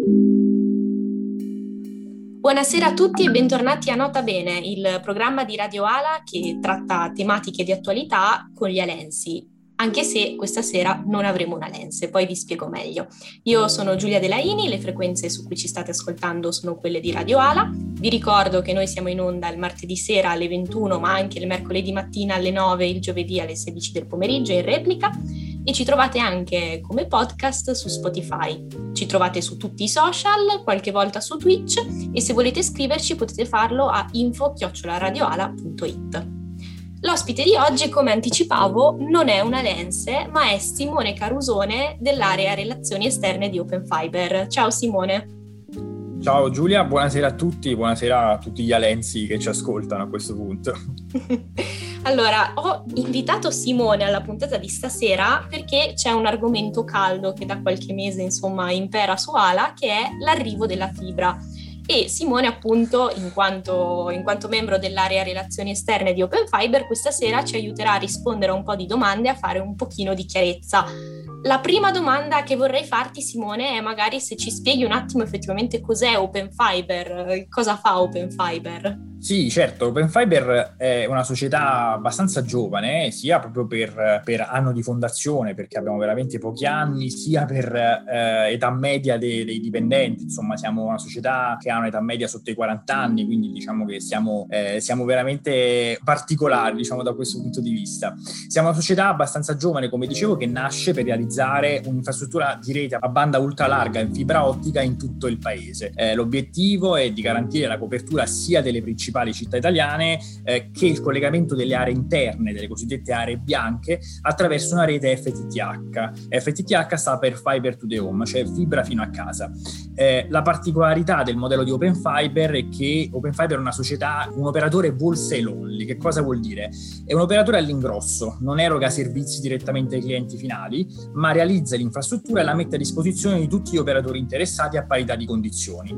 Buonasera a tutti e bentornati a Nota Bene, il programma di Radio Ala che tratta tematiche di attualità con gli alensi, anche se questa sera non avremo un alense, poi vi spiego meglio. Io sono Giulia Delaini, le frequenze su cui ci state ascoltando sono quelle di Radio Ala. Vi ricordo che noi siamo in onda il martedì sera alle 21, ma anche il mercoledì mattina alle 9 e il giovedì alle 16 del pomeriggio in replica. E ci trovate anche come podcast su Spotify. Ci trovate su tutti i social, qualche volta su Twitch, e se volete scriverci potete farlo a info@radioala.it. L'ospite di oggi, come anticipavo, non è una lense, ma è Simone Carusone dell'area Relazioni Esterne di Open Fiber. Ciao Simone. Ciao Giulia, buonasera a tutti, buonasera a tutti gli alensi che ci ascoltano a questo punto. Allora, ho invitato Simone alla puntata di stasera perché c'è un argomento caldo che da qualche mese, impera su Ala, che è l'arrivo della fibra. E Simone, appunto, in quanto membro dell'area Relazioni Esterne di Open Fiber, questa sera ci aiuterà a rispondere a un po' di domande e a fare un pochino di chiarezza. La prima domanda che vorrei farti, Simone, è magari se ci spieghi un attimo effettivamente cos'è Open Fiber, cosa fa Open Fiber? Sì, certo, Open Fiber è una società abbastanza giovane, sia proprio per anno di fondazione, perché abbiamo veramente pochi anni, sia per età media dei dipendenti. Insomma, siamo una società che ha un'età media sotto i 40 anni, quindi diciamo che siamo veramente particolari, diciamo, da questo punto di vista. Siamo una società abbastanza giovane, come dicevo, che nasce per realizzare un'infrastruttura di rete a banda ultralarga in fibra ottica in tutto il paese. L'obiettivo è di garantire la copertura sia delle principali città italiane che il collegamento delle aree interne, delle cosiddette aree bianche, attraverso una rete FTTH. FTTH sta per Fiber to the Home, cioè fibra fino a casa. La particolarità del modello di Open Fiber è che Open Fiber è una società, un operatore wholesale only. Che cosa vuol dire? È un operatore all'ingrosso, non eroga servizi direttamente ai clienti finali, ma realizza l'infrastruttura e la mette a disposizione di tutti gli operatori interessati a parità di condizioni.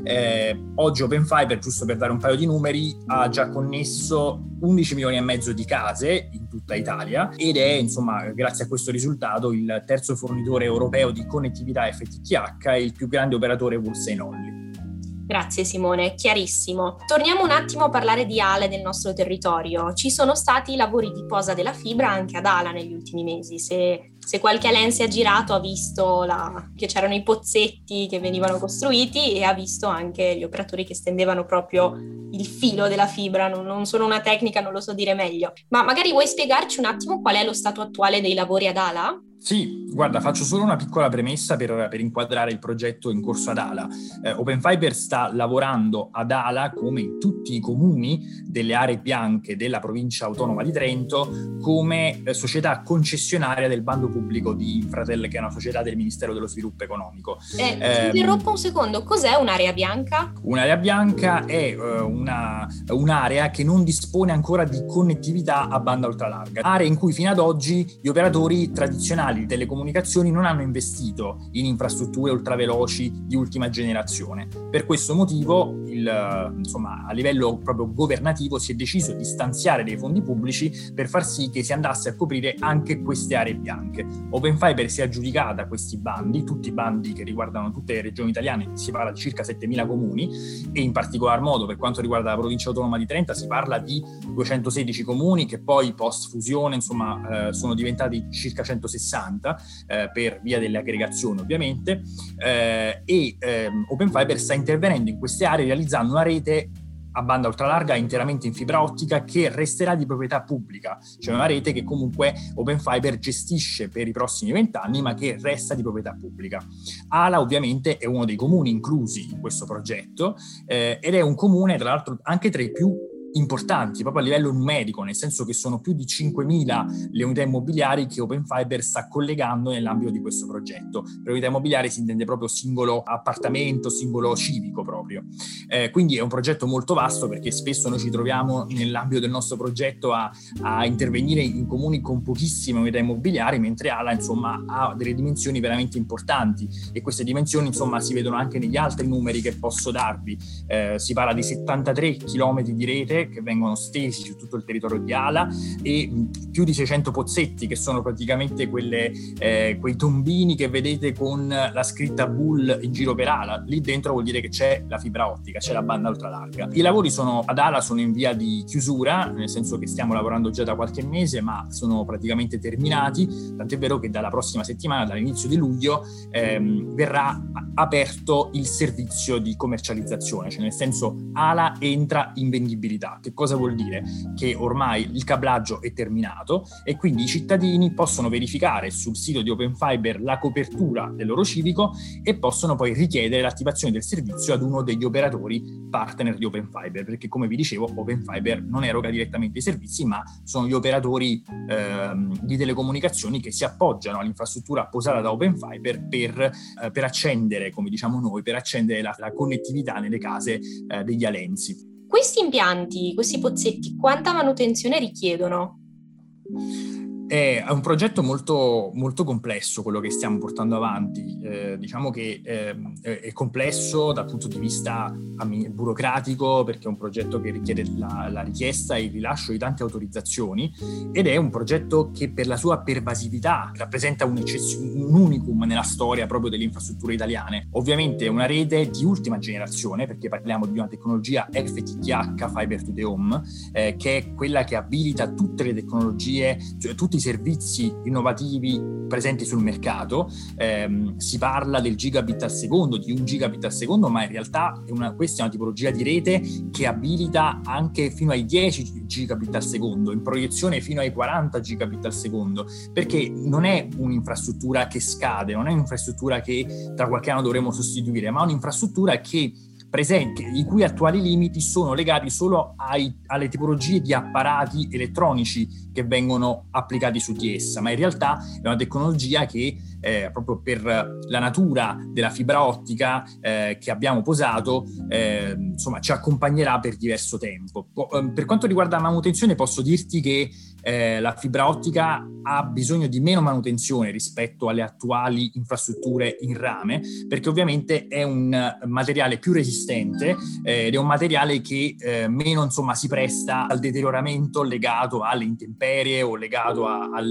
Oggi Open Fiber, giusto per dare un paio di numeri, ha già connesso 11 milioni e mezzo di case in tutta Italia ed è, insomma, grazie a questo risultato, il terzo fornitore europeo di connettività FTTH e il più grande operatore wholesale only. Grazie Simone, chiarissimo. Torniamo un attimo a parlare di Ala e del nostro territorio. Ci sono stati lavori di posa della fibra anche ad Ala negli ultimi mesi. Se qualche alense ha girato ha visto che c'erano i pozzetti che venivano costruiti e ha visto anche gli operatori che stendevano proprio il filo della fibra. Non sono una tecnica, non lo so dire meglio. Ma magari vuoi spiegarci un attimo qual è lo stato attuale dei lavori ad Ala? Sì, guarda, faccio solo una piccola premessa per inquadrare il progetto in corso ad Ala. Open Fiber sta lavorando ad Ala, come in tutti i comuni delle aree bianche della provincia autonoma di Trento, come società concessionaria del bando pubblico di Infratel, che è una società del Ministero dello Sviluppo Economico. Ti interrompo un secondo, cos'è un'area bianca? Un'area bianca è un'area che non dispone ancora di connettività a banda ultralarga, area in cui fino ad oggi gli operatori tradizionali di telecomunicazioni non hanno investito in infrastrutture ultraveloci di ultima generazione. Per questo motivo, a livello proprio governativo, si è deciso di stanziare dei fondi pubblici per far sì che si andasse a coprire anche queste aree bianche. Open Fiber si è aggiudicata questi bandi, tutti i bandi che riguardano tutte le regioni italiane, si parla di circa 7.000 comuni, e in particolar modo per quanto riguarda la provincia autonoma di Trento si parla di 216 comuni che poi post fusione sono diventati circa 160 per via delle aggregazioni ovviamente, e Open Fiber sta intervenendo in queste aree realizzando una rete a banda ultralarga interamente in fibra ottica che resterà di proprietà pubblica, cioè una rete che comunque Open Fiber gestisce per i prossimi 20 anni ma che resta di proprietà pubblica. Ala ovviamente è uno dei comuni inclusi in questo progetto ed è un comune tra l'altro anche tra i più importanti proprio a livello numerico, nel senso che sono più di 5.000 le unità immobiliari che Open Fiber sta collegando nell'ambito di questo progetto. Per unità immobiliari si intende proprio singolo appartamento, singolo civico proprio. territorio. Quindi è un progetto molto vasto, perché spesso noi ci troviamo nell'ambito del nostro progetto a intervenire in comuni con pochissime unità immobiliari, mentre ALA insomma ha delle dimensioni veramente importanti, e queste dimensioni insomma si vedono anche negli altri numeri che posso darvi. Si parla di 73 chilometri di rete che vengono stesi su tutto il territorio di ALA, e più di 600 pozzetti, che sono praticamente quei tombini che vedete con la scritta Bull in giro per ALA. Lì dentro vuol dire che c'è la fibra ottica, c'è la banda ultralarga. I lavori ad ALA sono in via di chiusura, nel senso che stiamo lavorando già da qualche mese, ma sono praticamente terminati, tant'è vero che dalla prossima settimana, dall'inizio di luglio, verrà aperto il servizio di commercializzazione, cioè nel senso ALA entra in vendibilità. Che cosa vuol dire? Che ormai il cablaggio è terminato e quindi i cittadini possono verificare sul sito di Open Fiber la copertura del loro civico e possono poi richiedere l'attivazione del servizio ad uno degli operatori partner di Open Fiber, perché come vi dicevo Open Fiber non eroga direttamente i servizi, ma sono gli operatori di telecomunicazioni che si appoggiano all'infrastruttura posata da Open Fiber per accendere, come diciamo noi, per accendere la connettività nelle case degli alensi. Questi impianti, questi pozzetti, quanta manutenzione richiedono? È un progetto molto, molto complesso quello che stiamo portando avanti. Diciamo che è complesso dal punto di vista burocratico, perché è un progetto che richiede la richiesta e il rilascio di tante autorizzazioni, ed è un progetto che per la sua pervasività rappresenta un unicum nella storia proprio delle infrastrutture italiane. Ovviamente è una rete di ultima generazione, perché parliamo di una tecnologia FTTH, Fiber to the Home, che è quella che abilita tutte le tecnologie, cioè tutti i servizi innovativi presenti sul mercato. Si parla del gigabit al secondo, di 1 gigabit al secondo, ma in realtà questa è una tipologia di rete che abilita anche fino ai 10 gigabit al secondo, in proiezione fino ai 40 gigabit al secondo, perché non è un'infrastruttura che scade, non è un'infrastruttura che tra qualche anno dovremo sostituire, ma un'infrastruttura i cui attuali limiti sono legati solo alle tipologie di apparati elettronici che vengono applicati su di essa, ma in realtà è una tecnologia che proprio per la natura della fibra ottica che abbiamo posato, insomma, ci accompagnerà per diverso tempo. Per quanto riguarda la manutenzione, posso dirti che la fibra ottica ha bisogno di meno manutenzione rispetto alle attuali infrastrutture in rame, perché ovviamente è un materiale più resistente ed è un materiale che meno insomma si presta al deterioramento legato alle intemperie o legato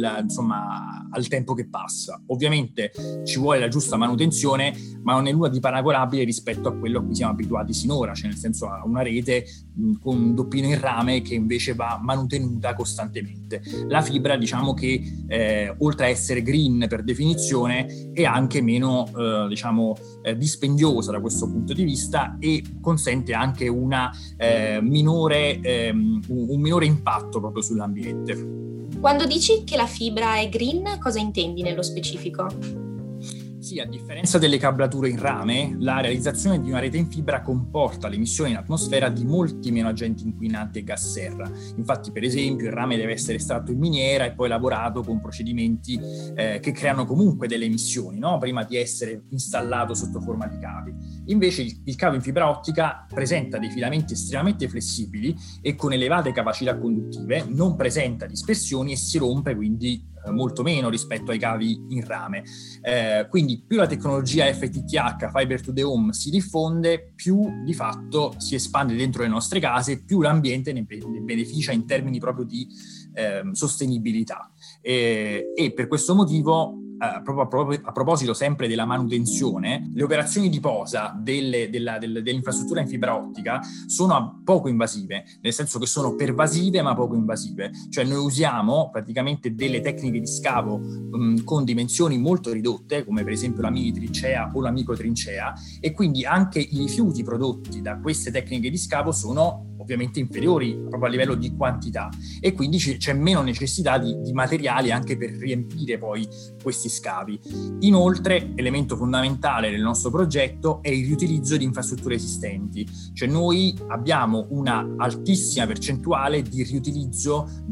al tempo che passa. Ovviamente ci vuole la giusta manutenzione, ma non è nulla di paragonabile rispetto a quello a cui siamo abituati sinora, cioè nel senso a una rete con un doppino in rame che invece va manutenuta costantemente. La fibra, diciamo che oltre a essere green per definizione, è anche meno dispendiosa da questo punto di vista e consente anche un minore impatto proprio sull'ambiente. Quando dici che la fibra è green, cosa intendi nello specifico? Sì, a differenza delle cablature in rame, la realizzazione di una rete in fibra comporta l'emissione in atmosfera di molti meno agenti inquinanti e gas serra. Infatti, per esempio, il rame deve essere estratto in miniera e poi lavorato con procedimenti che creano comunque delle emissioni, no? Prima di essere installato sotto forma di cavi. Invece il cavo in fibra ottica presenta dei filamenti estremamente flessibili e con elevate capacità conduttive, non presenta dispersioni e si rompe quindi molto meno rispetto ai cavi in rame. Quindi più la tecnologia FTTH, Fiber to the Home, si diffonde, più di fatto si espande dentro le nostre case, più l'ambiente ne beneficia in termini proprio di sostenibilità. E per questo motivo, proprio a proposito sempre della manutenzione, le operazioni di posa dell'infrastruttura in fibra ottica sono poco invasive, nel senso che sono pervasive ma poco invasive. Cioè noi usiamo praticamente delle tecniche di scavo con dimensioni molto ridotte, come per esempio la mini trincea o la micro trincea, e quindi anche i rifiuti prodotti da queste tecniche di scavo sono ovviamente inferiori proprio a livello di quantità, e quindi c'è meno necessità di materiali anche per riempire poi questi scavi. Inoltre, elemento fondamentale del nostro progetto è il riutilizzo di infrastrutture esistenti, cioè noi abbiamo una altissima percentuale di riutilizzo di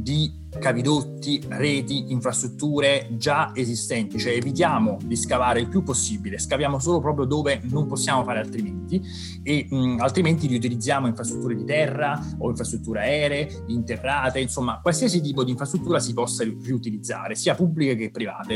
cavidotti, reti, infrastrutture già esistenti, cioè evitiamo di scavare il più possibile, scaviamo solo proprio dove non possiamo fare altrimenti e altrimenti riutilizziamo infrastrutture di terra o infrastrutture aeree, interrate, insomma qualsiasi tipo di infrastruttura si possa riutilizzare, sia pubbliche che private.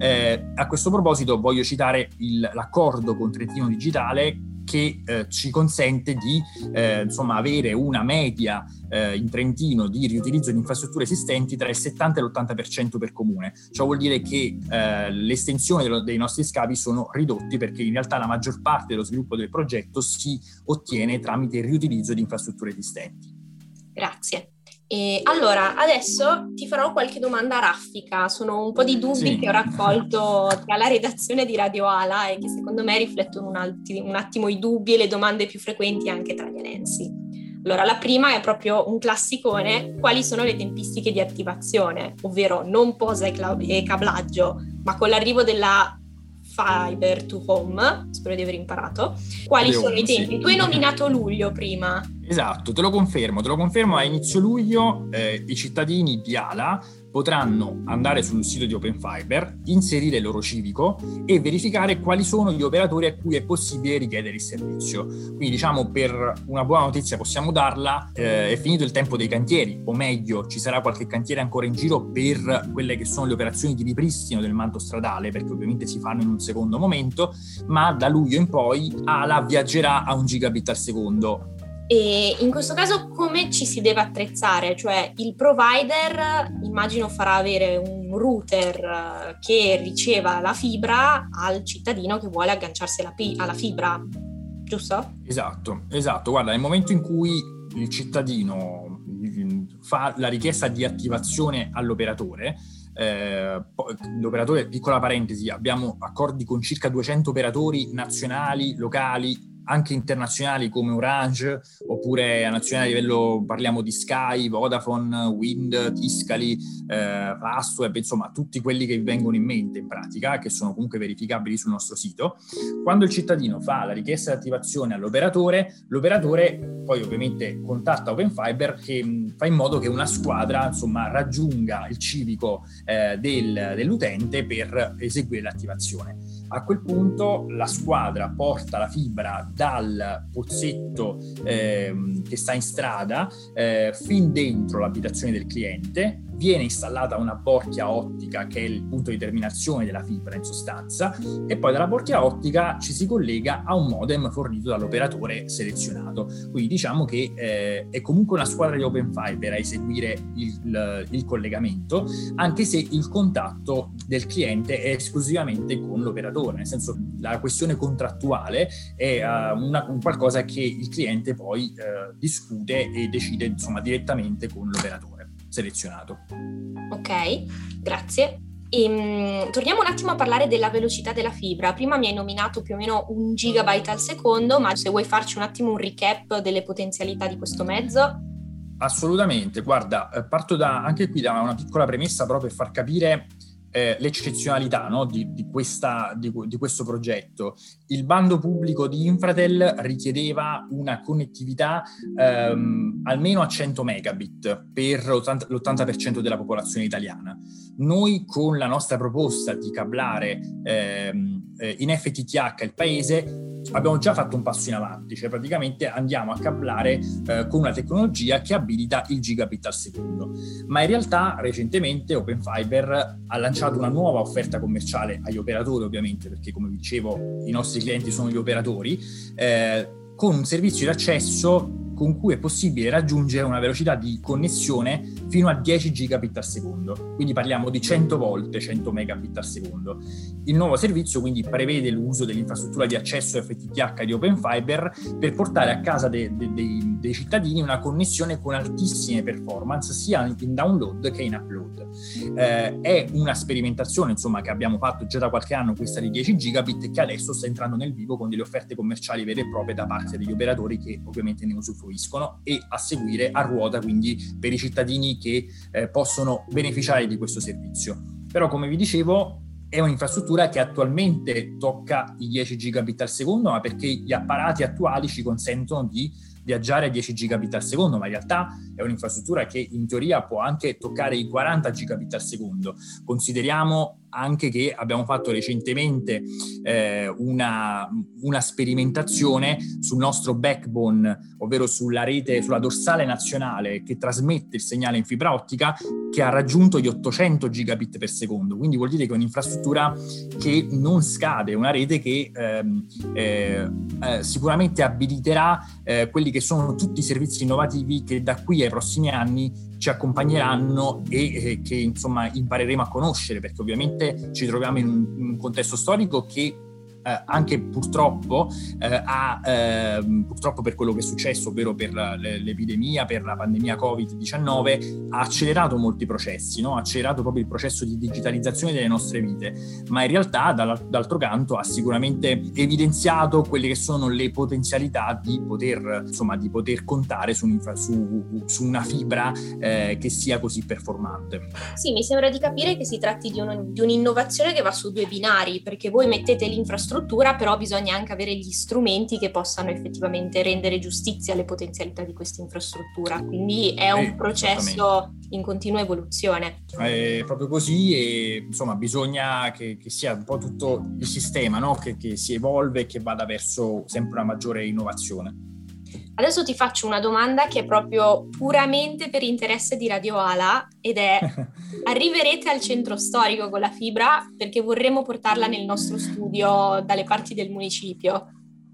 A questo proposito voglio citare l'accordo con Trentino Digitale che ci consente di avere una media in Trentino di riutilizzo di infrastrutture esistenti tra il 70 e l'80% per comune. Ciò vuol dire che l'estensione dei nostri scavi sono ridotti, perché in realtà la maggior parte dello sviluppo del progetto si ottiene tramite il riutilizzo di infrastrutture esistenti. Grazie. E allora, adesso ti farò qualche domanda raffica. Sono un po' di dubbi che ho raccolto tra la redazione di Radio Ala e che secondo me riflettono un attimo i dubbi e le domande più frequenti anche tra gli elensi. Allora, la prima è proprio un classicone: quali sono le tempistiche di attivazione? Ovvero non posa e cablaggio, ma con l'arrivo della Fiber to Home, spero di aver imparato. Quali sono i tempi? Sì. Tu hai nominato luglio prima. Esatto, te lo confermo, a inizio luglio i cittadini di Ala potranno andare sul sito di Open Fiber, inserire il loro civico e verificare quali sono gli operatori a cui è possibile richiedere il servizio. Quindi diciamo, per una buona notizia possiamo darla, è finito il tempo dei cantieri, o meglio ci sarà qualche cantiere ancora in giro per quelle che sono le operazioni di ripristino del manto stradale, perché ovviamente si fanno in un secondo momento, ma da luglio in poi Ala viaggerà a 1 gigabit al secondo. E in questo caso come ci si deve attrezzare? Cioè il provider immagino farà avere un router che riceva la fibra al cittadino che vuole agganciarsi alla fibra, giusto? Esatto. Guarda, nel momento in cui il cittadino fa la richiesta di attivazione all'operatore, l'operatore, piccola parentesi, abbiamo accordi con circa 200 operatori nazionali, locali, anche internazionali come Orange, oppure a nazionale livello parliamo di Sky, Vodafone, Wind, Tiscali, Fastweb, insomma tutti quelli che vengono in mente in pratica, che sono comunque verificabili sul nostro sito. Quando il cittadino fa la richiesta di attivazione all'operatore, l'operatore poi ovviamente contatta Open Fiber, che fa in modo che una squadra raggiunga il civico dell'utente per eseguire l'attivazione. A quel punto la squadra porta la fibra dal pozzetto che sta in strada fin dentro l'abitazione del cliente. Viene installata una borchia ottica che è il punto di terminazione della fibra in sostanza, e poi dalla borchia ottica ci si collega a un modem fornito dall'operatore selezionato. Quindi diciamo che è comunque una squadra di Open Fiber a eseguire il collegamento, anche se il contatto del cliente è esclusivamente con l'operatore, nel senso la questione contrattuale è un qualcosa che il cliente poi discute e decide direttamente con l'operatore selezionato. Ok, grazie. Torniamo un attimo a parlare della velocità della fibra. Prima mi hai nominato più o meno 1 gigabyte al secondo, ma se vuoi farci un attimo un recap delle potenzialità di questo mezzo? Assolutamente, guarda, parto anche qui da una piccola premessa proprio per far capire l'eccezionalità, no, di questo progetto. Il bando pubblico di Infratel richiedeva una connettività almeno a 100 megabit per l'80% della popolazione italiana. Noi con la nostra proposta di cablare in FTTH il paese abbiamo già fatto un passo in avanti, cioè praticamente andiamo a cablare con una tecnologia che abilita il gigabit al secondo. Ma in realtà recentemente Open Fiber ha lanciato una nuova offerta commerciale agli operatori, ovviamente, perché come vi dicevo i nostri clienti sono gli operatori, con un servizio di accesso con cui è possibile raggiungere una velocità di connessione fino a 10 gigabit al secondo, quindi parliamo di 100 volte 100 megabit al secondo. Il nuovo servizio quindi prevede l'uso dell'infrastruttura di accesso FTTH di Open Fiber per portare a casa dei cittadini una connessione con altissime performance sia in download che in upload. È una sperimentazione che abbiamo fatto già da qualche anno, questa di 10 gigabit, e che adesso sta entrando nel vivo con delle offerte commerciali vere e proprie da parte degli operatori che ovviamente ne usufruiscono, e a seguire a ruota quindi per i cittadini che possono beneficiare di questo servizio. Però come vi dicevo è un'infrastruttura che attualmente tocca i 10 gigabit al secondo, ma perché gli apparati attuali ci consentono di viaggiare a 10 gigabit al secondo, ma in realtà è un'infrastruttura che in teoria può anche toccare i 40 gigabit al secondo. Consideriamo anche che abbiamo fatto recentemente una sperimentazione sul nostro backbone, ovvero sulla rete, sulla dorsale nazionale che trasmette il segnale in fibra ottica, che ha raggiunto gli 800 gigabit per secondo. Quindi vuol dire che è un'infrastruttura che non scade, una rete che sicuramente abiliterà quelli che sono tutti i servizi innovativi che da qui ai prossimi anni ci accompagneranno e che insomma impareremo a conoscere, perché ovviamente ci troviamo in un contesto storico che anche purtroppo purtroppo per quello che è successo, ovvero per l'epidemia, per la pandemia Covid-19, ha accelerato molti processi, no? Ha accelerato proprio il processo di digitalizzazione delle nostre vite, ma in realtà d'altro canto ha sicuramente evidenziato quelle che sono le potenzialità di poter contare su una fibra che sia così performante. Sì, mi sembra di capire che si tratti di un'innovazione che va su due binari, perché voi mettete l'infrastruttura, però bisogna anche avere gli strumenti che possano effettivamente rendere giustizia alle potenzialità di questa infrastruttura, quindi è un processo in continua evoluzione. È proprio così, e insomma bisogna che sia un po' tutto il sistema, no? che si evolve e che vada verso sempre una maggiore innovazione. Adesso ti faccio una domanda che è proprio puramente per interesse di Radio Ala, ed è: arriverete al centro storico con la fibra? Perché vorremmo portarla nel nostro studio dalle parti del municipio.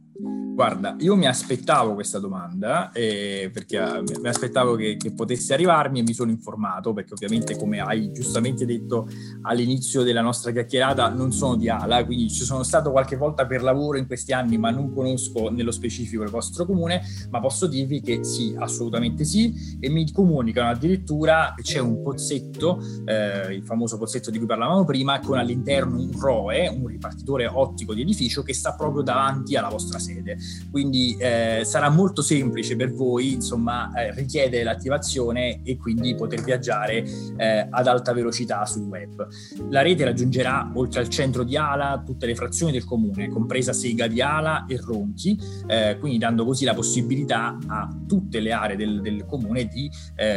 Guarda, io mi aspettavo questa domanda perché mi aspettavo che potesse arrivarmi, e mi sono informato, perché ovviamente, come hai giustamente detto all'inizio della nostra chiacchierata, non sono di Ala, quindi ci sono stato qualche volta per lavoro in questi anni, ma non conosco nello specifico il vostro comune, ma posso dirvi che sì, assolutamente sì, e mi comunicano addirittura che c'è un pozzetto, il famoso pozzetto di cui parlavamo prima, con all'interno un ROE, un ripartitore ottico di edificio, che sta proprio davanti alla vostra sede. Quindi sarà molto semplice per voi, insomma, richiedere l'attivazione e quindi poter viaggiare ad alta velocità sul web. La rete raggiungerà, oltre al centro di Ala, tutte le frazioni del comune, compresa Sega di Ala e Ronchi, quindi dando così la possibilità a tutte le aree del comune di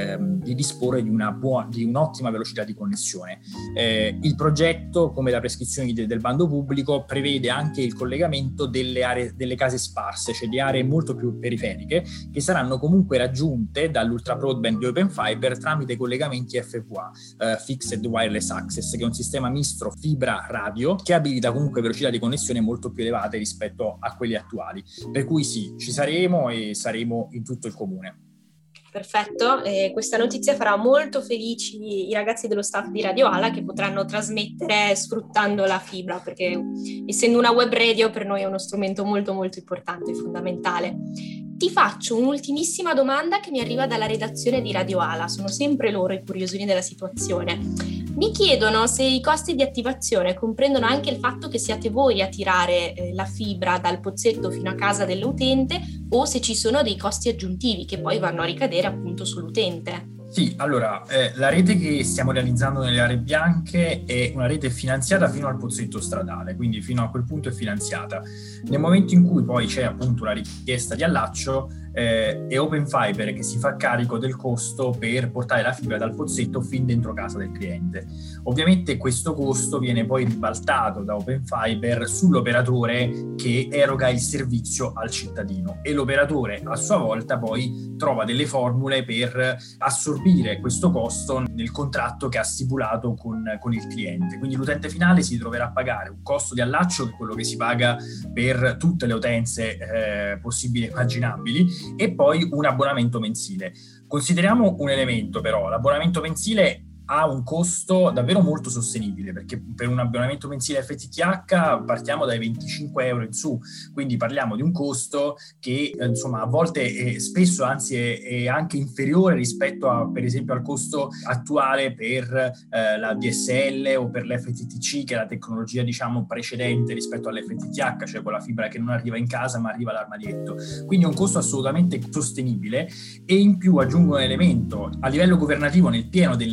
disporre di un'ottima velocità di connessione. Il progetto, come da prescrizioni del bando pubblico, prevede anche il collegamento delle case sparse, cioè di aree molto più periferiche, che saranno comunque raggiunte dall'ultra broadband di Open Fiber tramite collegamenti FWA, Fixed Wireless Access, che è un sistema misto fibra radio che abilita comunque velocità di connessione molto più elevate rispetto a quelli attuali. Per cui sì, ci saremo, e saremo in tutto il comune. Perfetto, questa notizia farà molto felici i ragazzi dello staff di Radio Ala, che potranno trasmettere sfruttando la fibra, perché essendo una web radio per noi è uno strumento molto molto importante e fondamentale. Ti faccio un'ultimissima domanda che mi arriva dalla redazione di Radio Ala, sono sempre loro i curiosini della situazione. Mi chiedono se i costi di attivazione comprendono anche il fatto che siate voi a tirare la fibra dal pozzetto fino a casa dell'utente, o se ci sono dei costi aggiuntivi che poi vanno a ricadere appunto sull'utente. Sì, allora, la rete che stiamo realizzando nelle aree bianche è una rete finanziata fino al pozzetto stradale, quindi fino a quel punto è finanziata. Nel momento in cui poi c'è appunto la richiesta di allaccio, è Open Fiber che si fa carico del costo per portare la fibra dal pozzetto fin dentro casa del cliente. Ovviamente questo costo viene poi ribaltato da Open Fiber sull'operatore che eroga il servizio al cittadino, e l'operatore a sua volta poi trova delle formule per assorbire questo costo nel contratto che ha stipulato con il cliente. Quindi l'utente finale si troverà a pagare un costo di allaccio, che è quello che si paga per tutte le utenze possibili e immaginabili, e poi un abbonamento mensile. Consideriamo un elemento però: l'abbonamento mensile ha un costo davvero molto sostenibile, perché per un abbonamento mensile FTTH partiamo dai 25 euro in su, quindi parliamo di un costo che insomma a volte spesso anzi è anche inferiore rispetto a, per esempio, al costo attuale per la DSL o per l'FTTC, che è la tecnologia diciamo precedente rispetto all'FTTH, cioè quella fibra che non arriva in casa ma arriva all'armadietto. Quindi è un costo assolutamente sostenibile, e in più aggiungo un elemento: a livello governativo, nel pieno della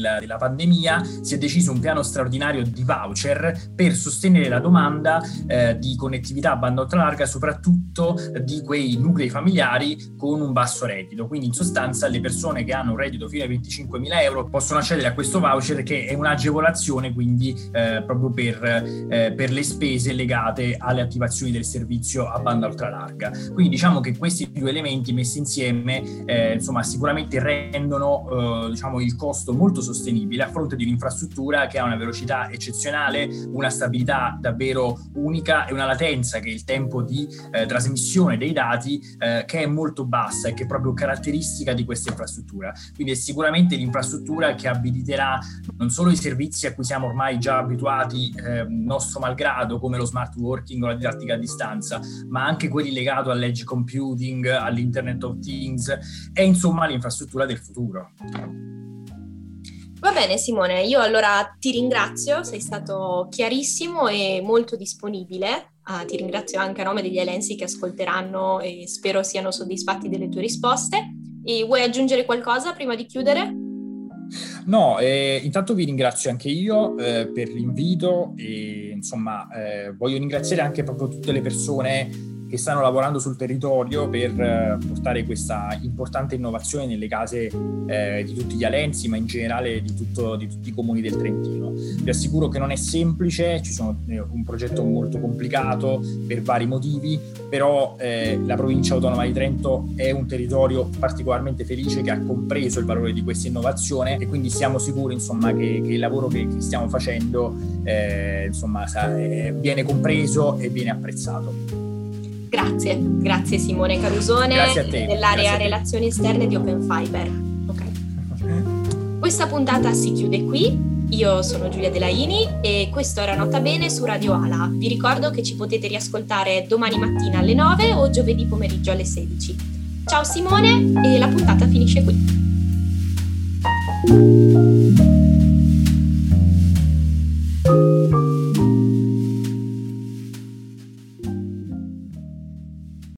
pandemia si è deciso un piano straordinario di voucher per sostenere la domanda di connettività a banda ultralarga, soprattutto di quei nuclei familiari con un basso reddito. Quindi in sostanza le persone che hanno un reddito fino ai 25.000 euro possono accedere a questo voucher, che è un'agevolazione quindi proprio per le spese legate alle attivazioni del servizio a banda ultralarga. Quindi diciamo che questi due elementi messi insieme sicuramente rendono il costo molto sostenibile a fronte di un'infrastruttura che ha una velocità eccezionale, una stabilità davvero unica e una latenza, che è il tempo di trasmissione dei dati, che è molto bassa e che è proprio caratteristica di questa infrastruttura. Quindi è sicuramente l'infrastruttura che abiliterà non solo i servizi a cui siamo ormai già abituati nostro malgrado, come lo smart working o la didattica a distanza, ma anche quelli legati all'edge computing, all'Internet of Things e insomma l'infrastruttura del futuro. Va bene Simone, io allora ti ringrazio, sei stato chiarissimo e molto disponibile. Ti ringrazio anche a nome degli elensi che ascolteranno e spero siano soddisfatti delle tue risposte. E vuoi aggiungere qualcosa prima di chiudere? No, intanto vi ringrazio anche io per l'invito e voglio ringraziare anche proprio tutte le persone che stanno lavorando sul territorio per portare questa importante innovazione nelle case di tutti gli alensi, ma in generale di tutti i comuni del Trentino. Vi assicuro che non è semplice, ci sono un progetto molto complicato per vari motivi, però la provincia autonoma di Trento è un territorio particolarmente felice che ha compreso il valore di questa innovazione e quindi siamo sicuri che il lavoro che stiamo facendo viene compreso e viene apprezzato. Grazie Simone Carusone dell'area relazioni esterne di Open Fiber. Okay. Questa puntata si chiude qui. Io sono Giulia Delaini e questo era Nota Bene su Radio Ala. Vi ricordo che ci potete riascoltare domani mattina alle 9 o giovedì pomeriggio alle 16. Ciao Simone, e la puntata finisce qui.